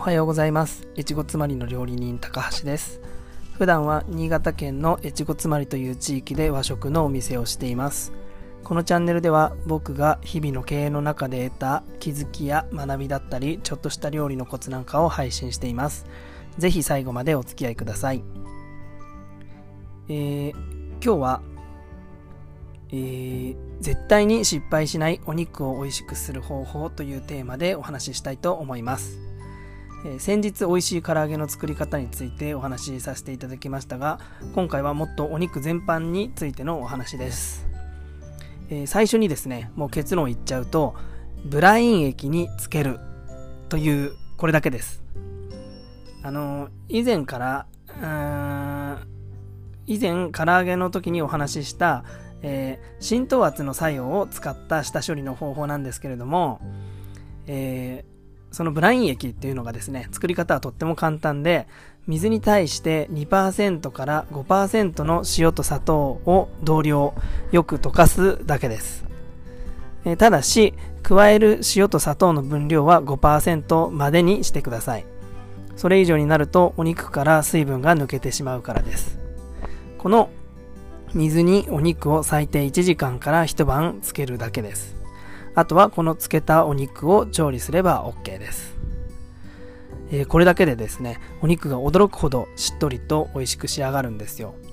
はようございます。越後妻有の料理人高橋です。普段は新潟県の越後妻有という地域で和食のお店をしています。このチャンネルでは僕が日々の経営の中で得た気づきや学びだったりちょっとした料理のコツなんかを配信しています。ぜひ最後までお付き合いください。今日は、絶対に失敗しないお肉を美味しくする方法というテーマでお話ししたいと思います。先日美味しい唐揚げの作り方についてお話しさせていただきましたが、今回はもっとお肉全般についてのお話です。最初にですね、もう結論言っちゃうと、ブライン液につけるというこれだけです。以前唐揚げの時にお話しした、浸透圧の作用を使った下処理の方法なんですけれども、そのブライン液っていうのがですね、作り方はとっても簡単で、水に対して 2% から 5% の塩と砂糖を同量よく溶かすだけです。ただし、加える塩と砂糖の分量は 5% までにしてください。それ以上になるとお肉から水分が抜けてしまうからです。この水にお肉を最低1時間から一晩つけるだけです。あとはこのつけたお肉を調理すれば OK です。これだけでですね、お肉が驚くほどしっとりと美味しく仕上がるんですよ。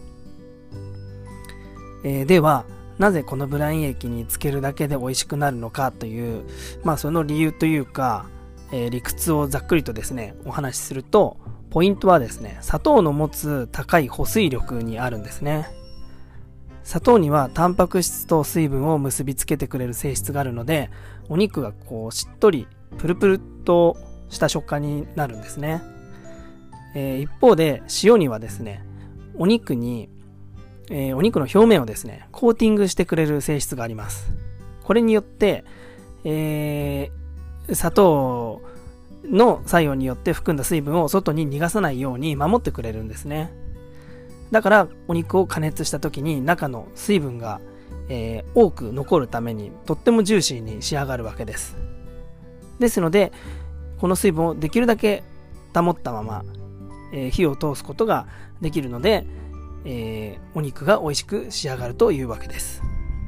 では、なぜこのブライン液につけるだけで美味しくなるのかという、その理由というか、理屈をざっくりとですね、お話しすると、ポイントはですね、砂糖の持つ高い保水力にあるんですね。砂糖にはタンパク質と水分を結びつけてくれる性質があるので、お肉がしっとりプルプルとした食感になるんですね。一方で塩にはですね、お肉の表面をですね、コーティングしてくれる性質があります。これによって、砂糖の作用によって含んだ水分を外に逃がさないように守ってくれるんですね。だからお肉を加熱した時に中の水分が、多く残るためにとってもジューシーに仕上がるわけです。ですのでこの水分をできるだけ保ったまま、火を通すことができるので、お肉が美味しく仕上がるというわけです。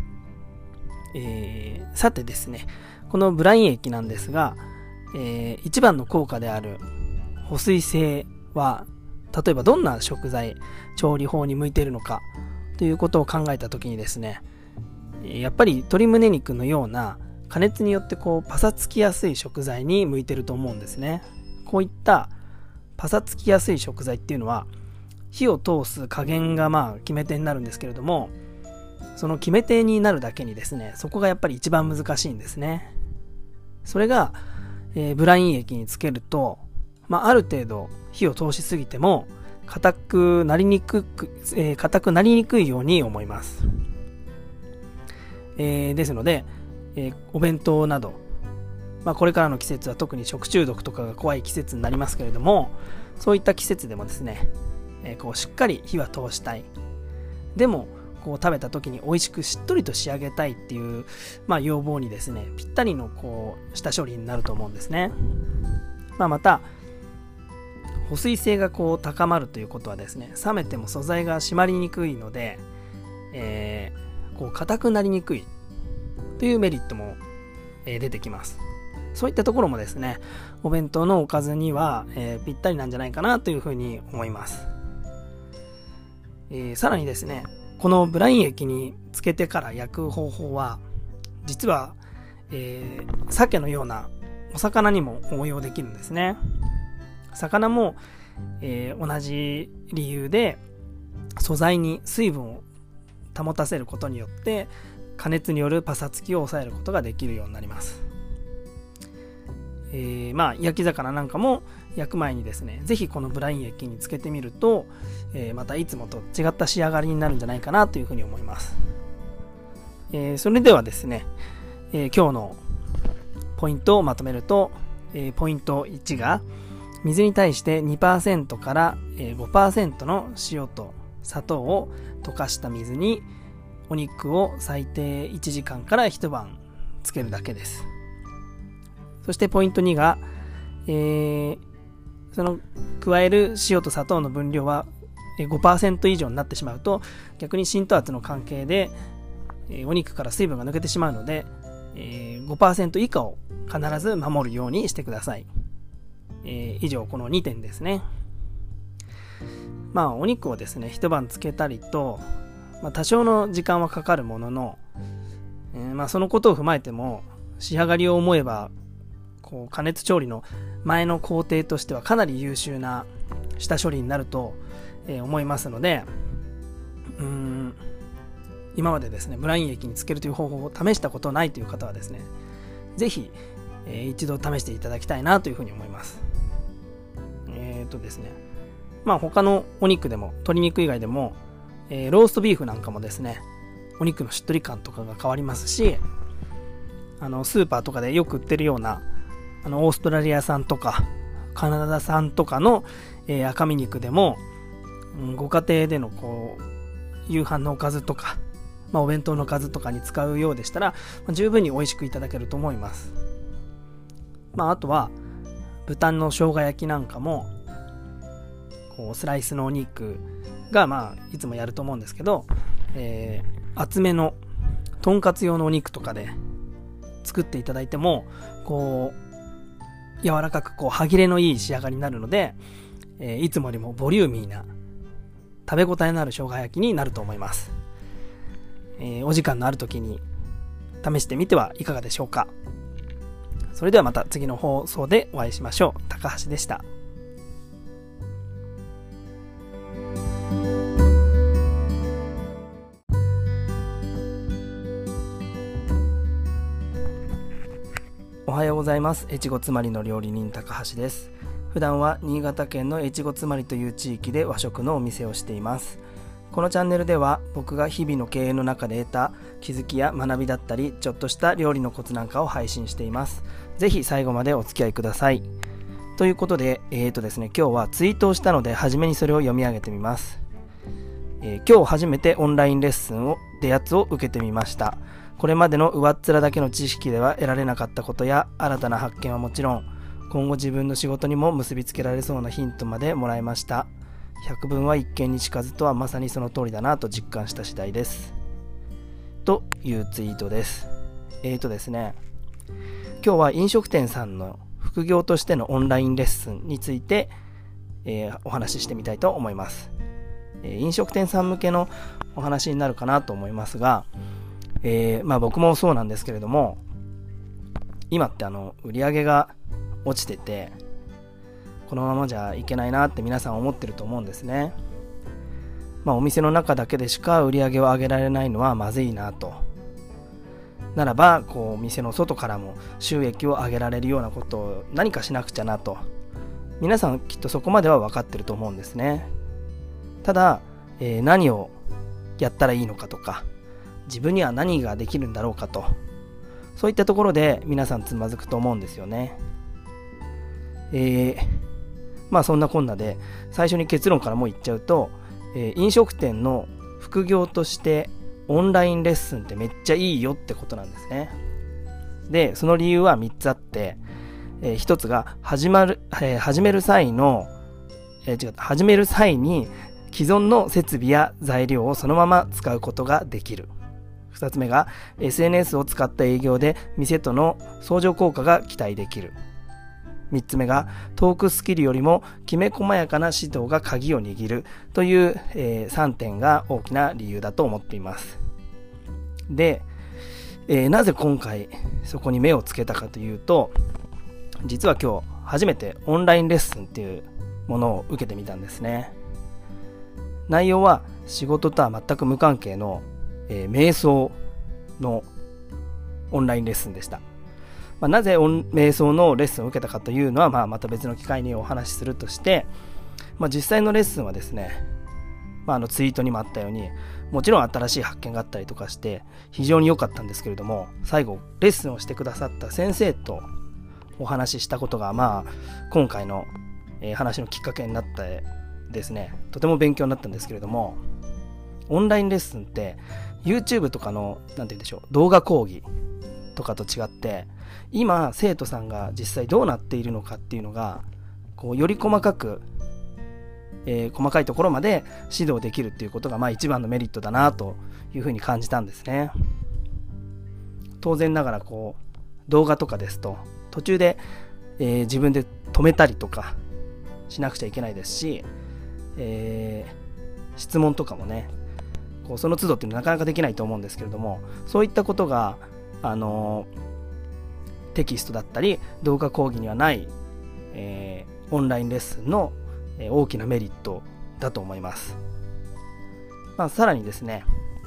さてですね、このブライン液なんですが、一番の効果である保水性は例えばどんな食材、調理法に向いているのかということを考えたときにですね、やっぱり鶏胸肉のような加熱によってパサつきやすい食材に向いていると思うんですね。こういったパサつきやすい食材っていうのは火を通す加減が決め手になるんですけれども、その決め手になるだけにですね、そこがやっぱり一番難しいんですね。それが、ブライン液につけると、ある程度火を通しすぎても硬くなりにくいように思います。ですので、お弁当など、これからの季節は特に食中毒とかが怖い季節になりますけれども、そういった季節でもですね、しっかり火は通したい。でも食べた時に美味しくしっとりと仕上げたいっていう、要望にですね、ぴったりの下処理になると思うんですね。また保水性が高まるということはですね、冷めても素材が締まりにくいので、硬くなりにくいというメリットも、出てきます。そういったところもですね、お弁当のおかずには、ぴったりなんじゃないかなというふうに思います。さらにですね、このブライン液につけてから焼く方法は実は、鮭のようなお魚にも応用できるんですね。魚も、同じ理由で素材に水分を保たせることによって加熱によるパサつきを抑えることができるようになります。焼き魚なんかも焼く前にですね、ぜひこのブライン液につけてみると、またいつもと違った仕上がりになるんじゃないかなというふうに思います。それではですね、今日のポイントをまとめると、ポイント1が水に対して 2% から 5% の塩と砂糖を溶かした水にお肉を最低1時間から一晩つけるだけです。そしてポイント2が、 その加える塩と砂糖の分量は 5% 以上になってしまうと、逆に浸透圧の関係でお肉から水分が抜けてしまうので、5% 以下を必ず守るようにしてください。以上この2点ですね。お肉をですね一晩つけたりと、多少の時間はかかるものの、そのことを踏まえても仕上がりを思えば加熱調理の前の工程としてはかなり優秀な下処理になると思いますので、今までですねブライン液につけるという方法を試したことないという方はですね、ぜひ、一度試していただきたいなというふうに思います。ですね、他のお肉でも鶏肉以外でも、ローストビーフなんかもですね、お肉のしっとり感とかが変わりますし、スーパーとかでよく売ってるようなオーストラリア産とかカナダ産とかの、赤身肉でも、ご家庭での夕飯のおかずとか、お弁当のおかずとかに使うようでしたら、十分に美味しくいただけると思います。あとは豚の生姜焼きなんかもスライスのお肉がいつもやると思うんですけど、厚めのとんかつ用のお肉とかで作っていただいても柔らかく歯切れのいい仕上がりになるので、いつもよりもボリューミーな食べ応えのある生姜焼きになると思います。お時間のある時に試してみてはいかがでしょうか。それではまた次の放送でお会いしましょう。高橋でした。おはようございます。越後妻有の料理人高橋です。普段は新潟県の越後妻有という地域で和食のお店をしています。このチャンネルでは僕が日々の経営の中で得た気づきや学びだったり、ちょっとした料理のコツなんかを配信しています。ぜひ最後までお付き合いください。ということで、ですね、今日はツイートをしたので初めにそれを読み上げてみます。今日初めてオンラインレッスンでやつを受けてみました。これまでの上っ面だけの知識では得られなかったことや新たな発見はもちろん、今後自分の仕事にも結びつけられそうなヒントまでもらいました。百聞は一見にしかずとはまさにその通りだなと実感した次第です。というツイートです。ですね、今日は飲食店さんの副業としてのオンラインレッスンについて、お話ししてみたいと思います。飲食店さん向けのお話になるかなと思いますが、僕もそうなんですけれども、今って売り上げが落ちてて、このままじゃいけないなって皆さん思ってると思うんですね。お店の中だけでしか売り上げを上げられないのはまずいなと。ならば店の外からも収益を上げられるようなことを何かしなくちゃなと。皆さんきっとそこまでは分かってると思うんですね。ただ、何をやったらいいのかとか、自分には何ができるんだろうかと、そういったところで皆さんつまずくと思うんですよね。そんなこんなで最初に結論からもう言っちゃうと、飲食店の副業としてオンラインレッスンってめっちゃいいよってことなんですね。で、その理由は3つあって、1つが始める際に既存の設備や材料をそのまま使うことができる。2つ目が SNS を使った営業で店との相乗効果が期待できる。3つ目がトークスキルよりもきめ細やかな指導が鍵を握るという、3点が大きな理由だと思っています。で、なぜ今回そこに目をつけたかというと、実は今日初めてオンラインレッスンっていうものを受けてみたんですね。内容は仕事とは全く無関係の、瞑想のオンラインレッスンでした。なぜ瞑想のレッスンを受けたかというのは、また別の機会にお話しするとして、実際のレッスンはですね、ツイートにもあったように、もちろん新しい発見があったりとかして非常に良かったんですけれども、最後レッスンをしてくださった先生とお話ししたことが、今回の、話のきっかけになったですね、とても勉強になったんですけれども、オンラインレッスンって YouTube とかの動画講義とかと違って、今生徒さんが実際どうなっているのかっていうのがより細かく、細かいところまで指導できるっていうことが一番のメリットだなというふうに感じたんですね。当然ながら動画とかですと途中で、自分で止めたりとかしなくちゃいけないですし、質問とかもねその都度っていうのはなかなかできないと思うんですけれども、そういったことがテキストだったり動画講義にはない、オンラインレッスンの大きなメリットだと思います。さらにですね、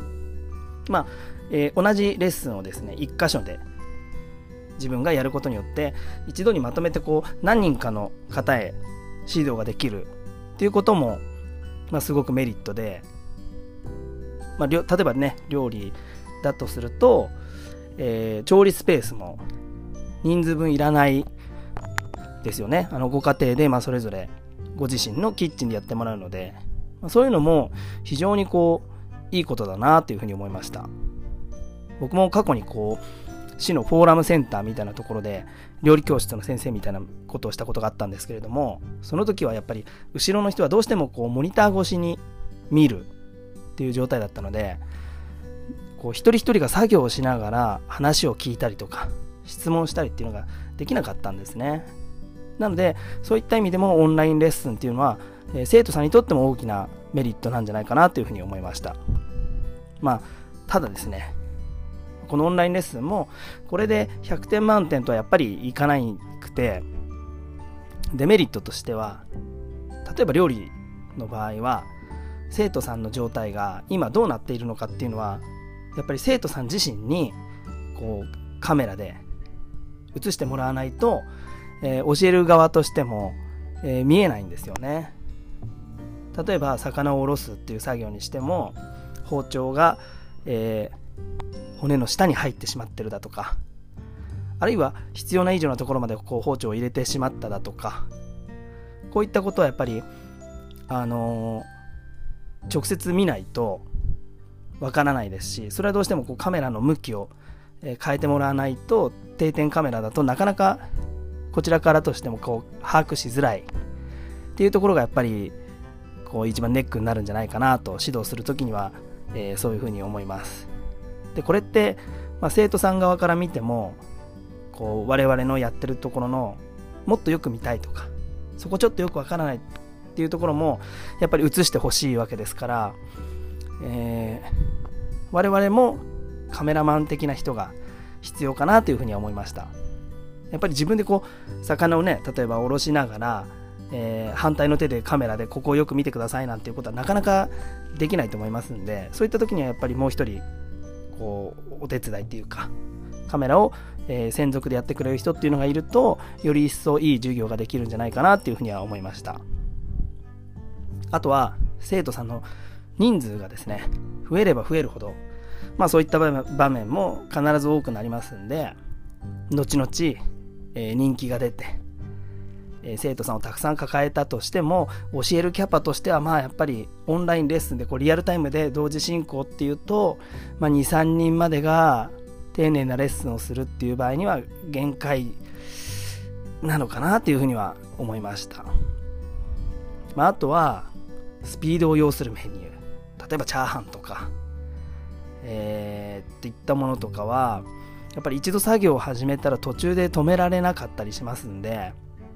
同じレッスンをですね1箇所で自分がやることによって一度にまとめて何人かの方へ指導ができるっていうことも、すごくメリットで、例えばね料理だとすると、調理スペースも人数分いらないですよね。ご家庭でそれぞれご自身のキッチンでやってもらうので、そういうのも非常にいいことだなというふうに思いました。僕も過去に市のフォーラムセンターみたいなところで料理教室の先生みたいなことをしたことがあったんですけれども、その時はやっぱり後ろの人はどうしてもモニター越しに見るっていう状態だったので、一人一人が作業をしながら話を聞いたりとか質問したりっていうのができなかったんですね。なのでそういった意味でもオンラインレッスンっていうのは、生徒さんにとっても大きなメリットなんじゃないかなというふうに思いました。ただですね、このオンラインレッスンもこれで100点満点とはやっぱりいかなくて、デメリットとしては、例えば料理の場合は生徒さんの状態が今どうなっているのかっていうのはやっぱり生徒さん自身にカメラで映してもらわないと、教える側としても、見えないんですよね。例えば魚をおろすっていう作業にしても包丁が、骨の下に入ってしまってるだとか、あるいは必要な以上のところまで包丁を入れてしまっただとか、こういったことはやっぱり直接見ないとわからないですし、それはどうしてもカメラの向きを変えてもらわないと、定点カメラだとなかなかこちらからとしても把握しづらいっていうところがやっぱり一番ネックになるんじゃないかなと指導するときには、そういうふうに思います。でこれって、生徒さん側から見ても我々のやってるところのもっとよく見たいとか、そこちょっとよくわからないっていうところもやっぱり映してほしいわけですから、我々もカメラマン的な人が必要かなというふうには思いました。やっぱり自分で魚をね、例えばおろしながら、反対の手でカメラでここをよく見てくださいなんていうことはなかなかできないと思いますんで、そういった時にはやっぱりもう一人お手伝いっていうかカメラを、専属でやってくれる人っていうのがいると、より一層いい授業ができるんじゃないかなっていうふうには思いました。あとは生徒さんの人数がですね増えれば増えるほど、そういった場面も必ず多くなりますんで、後々、人気が出て、生徒さんをたくさん抱えたとしても教えるキャパとしてはやっぱりオンラインレッスンでリアルタイムで同時進行っていうと、2、3人までが丁寧なレッスンをするっていう場合には限界なのかなっていうふうには思いました。あとはスピードを要するメニュー、例えばチャーハンとか、っていったものとかはやっぱり一度作業を始めたら途中で止められなかったりしますんで、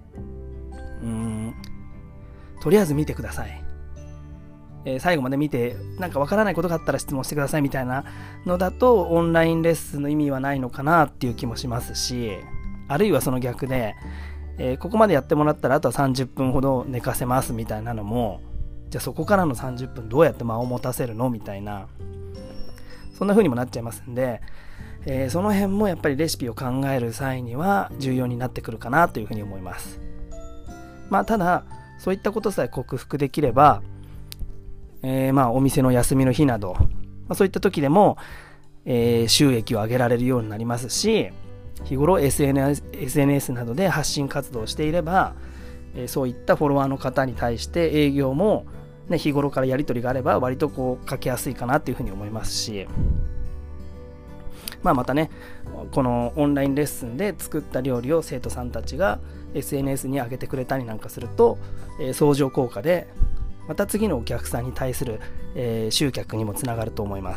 とりあえず見てください、最後まで見てなんかわからないことがあったら質問してくださいみたいなのだとオンラインレッスンの意味はないのかなっていう気もしますし、あるいはその逆で、ここまでやってもらったらあとは30分ほど寝かせますみたいなのも、じゃあそこからの30分どうやって間を持たせるのみたいな、そんな風にもなっちゃいますんで、その辺もやっぱりレシピを考える際には重要になってくるかなというふうに思います。ただそういったことさえ克服できれば、お店の休みの日など、そういった時でも、収益を上げられるようになりますし、日頃 SNS などで発信活動をしていれば、そういったフォロワーの方に対して営業も、日頃からやり取りがあれば割と書きやすいかなというふうに思いますし、 またね、このオンラインレッスンで作った料理を生徒さんたちが SNS に上げてくれたりなんかすると、相乗効果でまた次のお客さんに対する、集客にもつながると思います。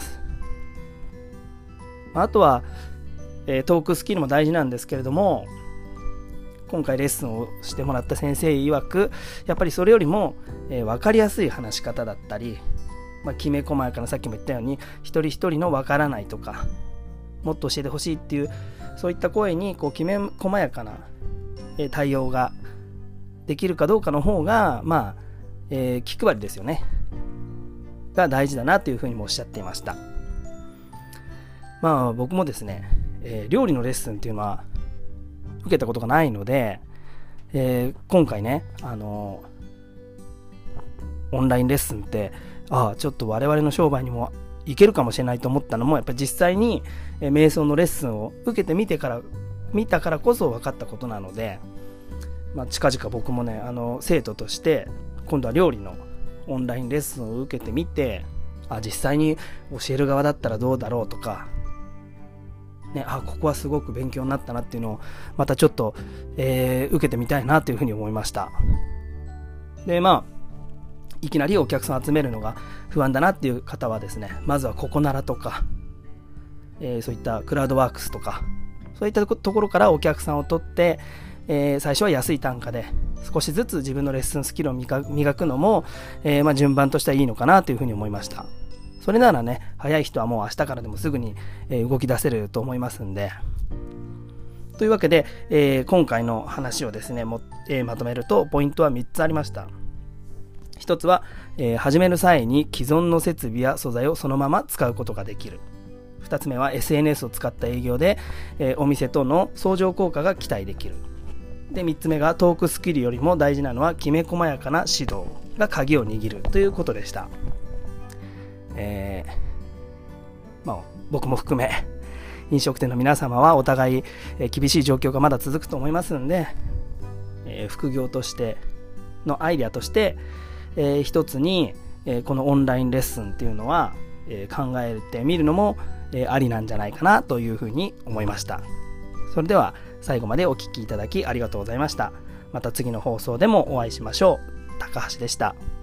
あとは、トークスキルも大事なんですけれども、今回レッスンをしてもらった先生曰く、やっぱりそれよりも、分かりやすい話し方だったり、きめ細やかな、さっきも言ったように一人一人の分からないとか、もっと教えてほしいっていうそういった声にきめ細やかな、対応ができるかどうかの方が気配りですよねが大事だなというふうにもおっしゃっていました。僕もですね、料理のレッスンっていうのは受けたことがないので、今回ね、オンラインレッスンってちょっと我々の商売にもいけるかもしれないと思ったのも、やっぱり実際に瞑想のレッスンを受けて見たからこそ分かったことなので、近々僕もね、生徒として今度は料理のオンラインレッスンを受けてみて、実際に教える側だったらどうだろうとか、ここはすごく勉強になったなっていうのをまたちょっと、受けてみたいなというふうに思いました。でいきなりお客さんを集めるのが不安だなっていう方はですね、まずはココナラとか、そういったクラウドワークスとか、そういったところからお客さんを取って、最初は安い単価で少しずつ自分のレッスンスキルを磨くのも、順番としてはいいのかなというふうに思いました。それならね、早い人はもう明日からでもすぐに、動き出せると思いますんで。というわけで、今回の話をですねまとめると、ポイントは3つありました。1つは、始める際に既存の設備や素材をそのまま使うことができる。2つ目は SNS を使った営業で、お店との相乗効果が期待できる。で、3つ目がトークスキルよりも大事なのはきめ細やかな指導が鍵を握るということでした。僕も含め飲食店の皆様はお互い、厳しい状況がまだ続くと思いますので、副業としてのアイデアとして、一つに、このオンラインレッスンっていうのは、考えてみるのも、ありなんじゃないかなというふうに思いました。それでは最後までお聞きいただきありがとうございました。また次の放送でもお会いしましょう。高橋でした。